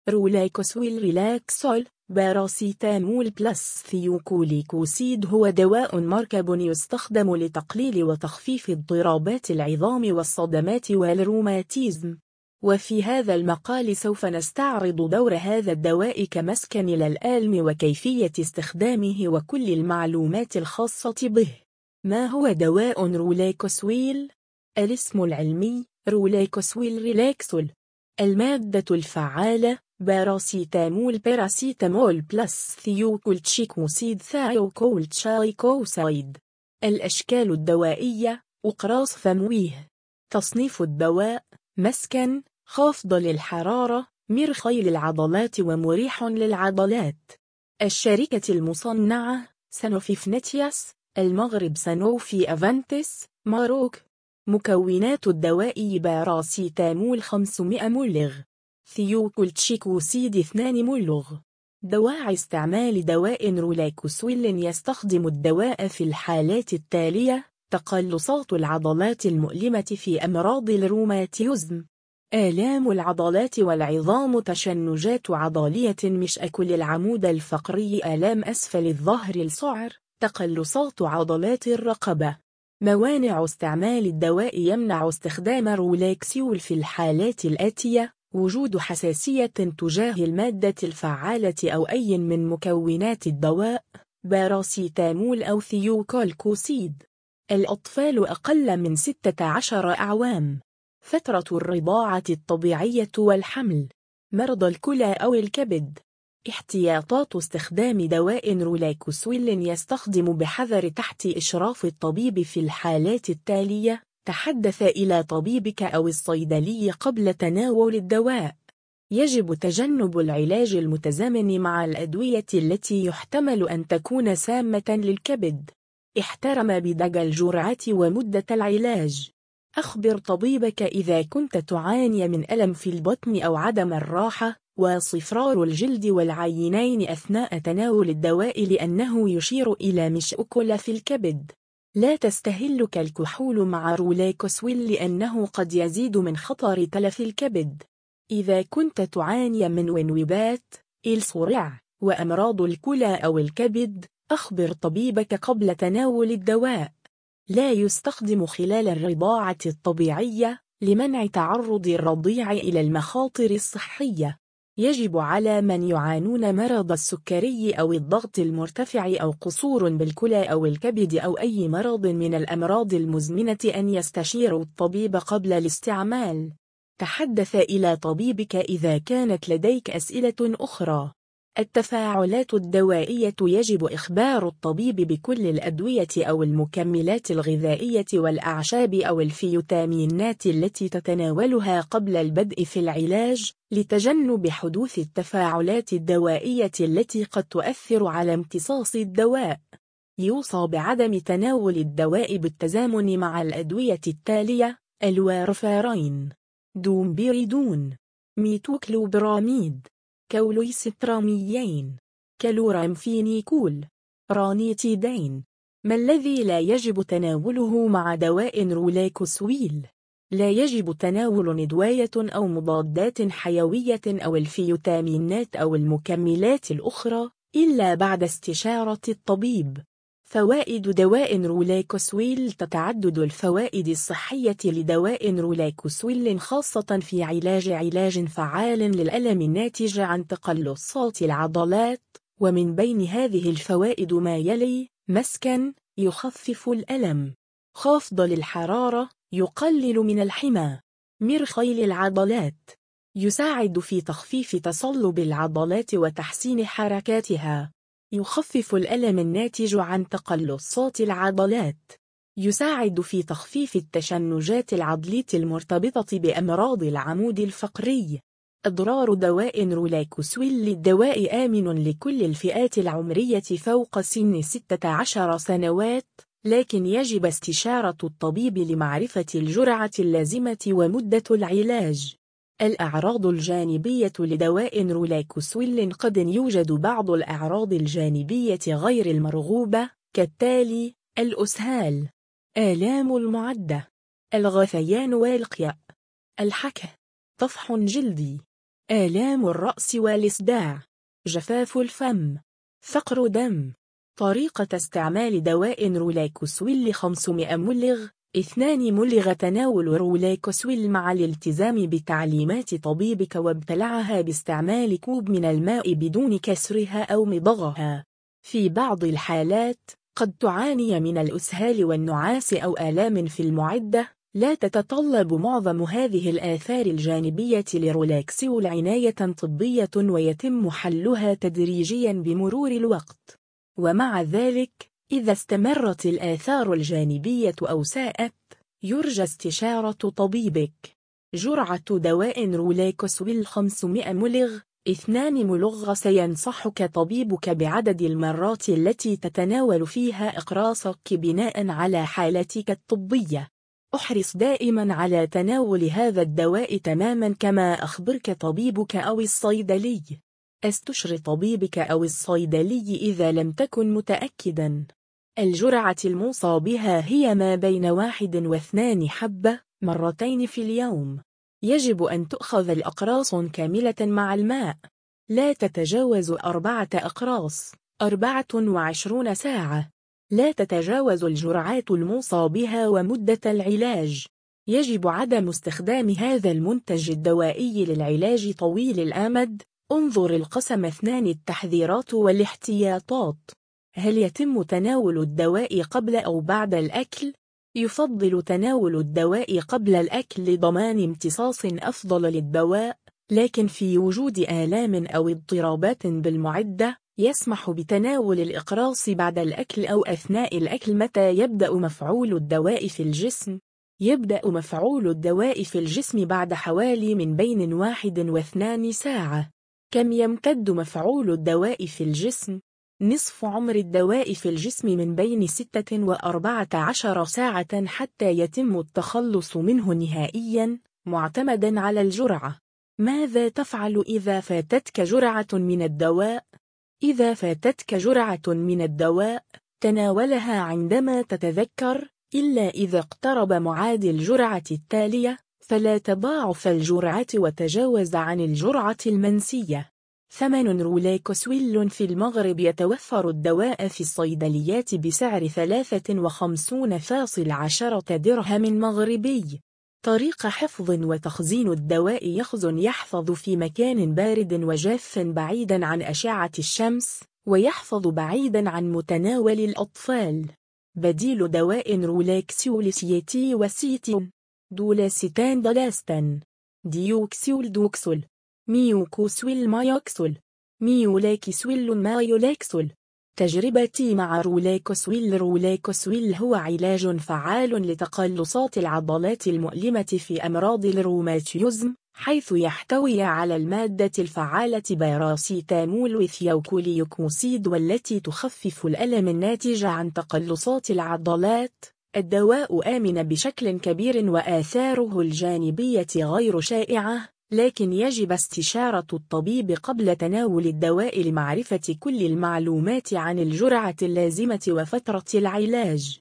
رولاكوسويل ريلاكسول باراسيتامول بلس ثيوكوليكوسيد هو دواء مركب يستخدم لتقليل وتخفيف اضطرابات العظام والصدمات والروماتيزم. وفي هذا المقال سوف نستعرض دور هذا الدواء كمسكن للآلم وكيفية استخدامه وكل المعلومات الخاصة به. ما هو دواء رولاكوسويل؟ الاسم العلمي رولاكوسويل ريلاكسول. المادة الفعالة باراسيتامول باراسيتامول بلس ثيوكولتشيكوسيد ثايوكولتشايكوسايد. الأشكال الدوائية أقراص فمويه. تصنيف الدواء مسكن خافض للحرارة مرخي للعضلات ومريح للعضلات. الشركة المصنعة سانوفي فنتياس المغرب سانوفي أفانتس ماروك. مكونات الدواء باراسيتامول 500 ملغ ثيوكولتشيكوسيد 2 ملغ. دواعي استعمال دواء رولاكوسويل يستخدم الدواء في الحالات التالية: تقلصات العضلات المؤلمة في أمراض الروماتيزم، آلام العضلات والعظام، تشنجات عضلية مشأكل العمود الفقري، آلام أسفل الظهر، السعر، تقلصات عضلات الرقبة. موانع استعمال الدواء يمنع استخدام رولاكسيول في الحالات الآتية: وجود حساسية تجاه المادة الفعالة أو أي من مكونات الدواء باراسيتامول أو ثيوكولكوسيد. الأطفال أقل من 16 أعوام. فترة الرضاعة الطبيعية والحمل. مرضى الكلى أو الكبد. احتياطات استخدام دواء رولاكوسويل يستخدم بحذر تحت إشراف الطبيب في الحالات التالية: تحدث إلى طبيبك أو الصيدلي قبل تناول الدواء. يجب تجنب العلاج المتزامن مع الأدوية التي يحتمل أن تكون سامة للكبد. احترم بدقة الجرعة ومدة العلاج. أخبر طبيبك إذا كنت تعاني من ألم في البطن أو عدم الراحة وصفرار الجلد والعينين أثناء تناول الدواء لأنه يشير إلى مشأكل في الكبد. لا تستهلك الكحول مع رولاكوسويل لأنه قد يزيد من خطر تلف الكبد. إذا كنت تعاني من ونوبات، الصرع، وأمراض الكلى أو الكبد، أخبر طبيبك قبل تناول الدواء. لا يستخدم خلال الرضاعة الطبيعية لمنع تعرض الرضيع إلى المخاطر الصحية. يجب على من يعانون مرض السكري أو الضغط المرتفع أو قصور بالكلى أو الكبد أو أي مرض من الأمراض المزمنة أن يستشيروا الطبيب قبل الاستعمال. تحدث إلى طبيبك إذا كانت لديك أسئلة أخرى. التفاعلات الدوائية يجب إخبار الطبيب بكل الأدوية أو المكملات الغذائية والأعشاب أو الفيتامينات التي تتناولها قبل البدء في العلاج لتجنب حدوث التفاعلات الدوائية التي قد تؤثر على امتصاص الدواء. يوصى بعدم تناول الدواء بالتزامن مع الأدوية التالية: الوارفارين، دومبيريدون، ميتوكلوبراميد، كولويستراميين، كلورامفينيكول، رانيتيدين. ما الذي لا يجب تناوله مع دواء رولاكوسويل؟ لا يجب تناول ندواية أو مضادات حيوية أو الفيتامينات أو المكملات الأخرى إلا بعد استشارة الطبيب. فوائد دواء رولاكوسويل. تتعدد الفوائد الصحية لدواء رولاكوسويل خاصة في علاج فعال للألم الناتج عن تقلصات العضلات، ومن بين هذه الفوائد ما يلي: مسكن يخفف الألم، خافض للحرارة يقلل من الحمى، مرخي للعضلات يساعد في تخفيف تصلب العضلات وتحسين حركاتها، يخفف الألم الناتج عن تقلصات العضلات، يساعد في تخفيف التشنجات العضلية المرتبطة بأمراض العمود الفقري. أضرار دواء رولاكوسويل. الدواء آمن لكل الفئات العمرية فوق سن 16 سنوات، لكن يجب استشارة الطبيب لمعرفة الجرعة اللازمة ومدة العلاج. الأعراض الجانبية لدواء رولاكوسويل. قد يوجد بعض الأعراض الجانبية غير المرغوبة كالتالي: الإسهال، آلام المعدة، الغثيان والقيء، الحكة، طفح جلدي، آلام الرأس والإصداع، جفاف الفم، فقر دم. طريقة استعمال دواء رولاكوسويل 500 ملغ 2 ملغ. تناول رولاكوسويل مع الالتزام بتعليمات طبيبك وابتلعها باستعمال كوب من الماء بدون كسرها أو مضغها. في بعض الحالات قد تعاني من الإسهال والنعاس أو آلام في المعدة. لا تتطلب معظم هذه الآثار الجانبية لرولاكسول عناية طبية، ويتم حلها تدريجيا بمرور الوقت. ومع ذلك إذا استمرت الآثار الجانبية أو ساءت يرجى استشارة طبيبك. جرعة دواء رولاكوسويل 500 ملغ 2 ملغ. سينصحك طبيبك بعدد المرات التي تتناول فيها إقراصك بناء على حالتك الطبية. احرص دائما على تناول هذا الدواء تماما كما أخبرك طبيبك أو الصيدلي. استشر طبيبك أو الصيدلي إذا لم تكن متأكدا. الجرعة الموصى بها هي ما بين 1 و2 حبة مرتين في اليوم. يجب أن تؤخذ الأقراص كاملة مع الماء. لا تتجاوز 4 أقراص 24 ساعة. لا تتجاوز الجرعات الموصى بها. ومدة العلاج: يجب عدم استخدام هذا المنتج الدوائي للعلاج طويل الآمد. انظر القسم 2. التحذيرات والاحتياطات. هل يتم تناول الدواء قبل أو بعد الأكل؟ يفضل تناول الدواء قبل الأكل لضمان امتصاص أفضل للدواء، لكن في وجود آلام أو اضطرابات بالمعدة يسمح بتناول الإقراص بعد الأكل أو أثناء الأكل. متى يبدأ مفعول الدواء في الجسم؟ يبدأ مفعول الدواء في الجسم بعد حوالي من بين 1 و2 ساعة. كم يمتد مفعول الدواء في الجسم؟ نصف عمر الدواء في الجسم من بين 6 و14 ساعة حتى يتم التخلص منه نهائيا، معتمدا على الجرعة. ماذا تفعل إذا فاتتك جرعة من الدواء؟ إذا فاتتك جرعة من الدواء تناولها عندما تتذكر، إلا إذا اقترب ميعاد الجرعة التالية فلا تضاعف الجرعة وتجاوز عن الجرعة المنسية. ثمن رولاكوسويل في المغرب. يتوفر الدواء في الصيدليات بسعر 53.10 درهم مغربي. طريقة حفظ وتخزين الدواء: يحفظ في مكان بارد وجاف بعيدا عن أشعة الشمس، ويحفظ بعيدا عن متناول الأطفال. بديل دواء رولاكسول سيتي وسيتين، دولاستان دلاستان، ديوكسول دوكسول، ميوكوسويل مايوكسول، ميولاكسويل مايولاكسول. تجربتي مع رولاكوسويل. رولاكوسويل هو علاج فعال لتقلصات العضلات المؤلمة في أمراض الروماتيزم، حيث يحتوي على المادة الفعالة باراسيتامول وثيوكوليوكوسيد، والتي تخفف الألم الناتج عن تقلصات العضلات. الدواء آمن بشكل كبير وآثاره الجانبية غير شائعة، لكن يجب استشارة الطبيب قبل تناول الدواء لمعرفة كل المعلومات عن الجرعة اللازمة وفترة العلاج.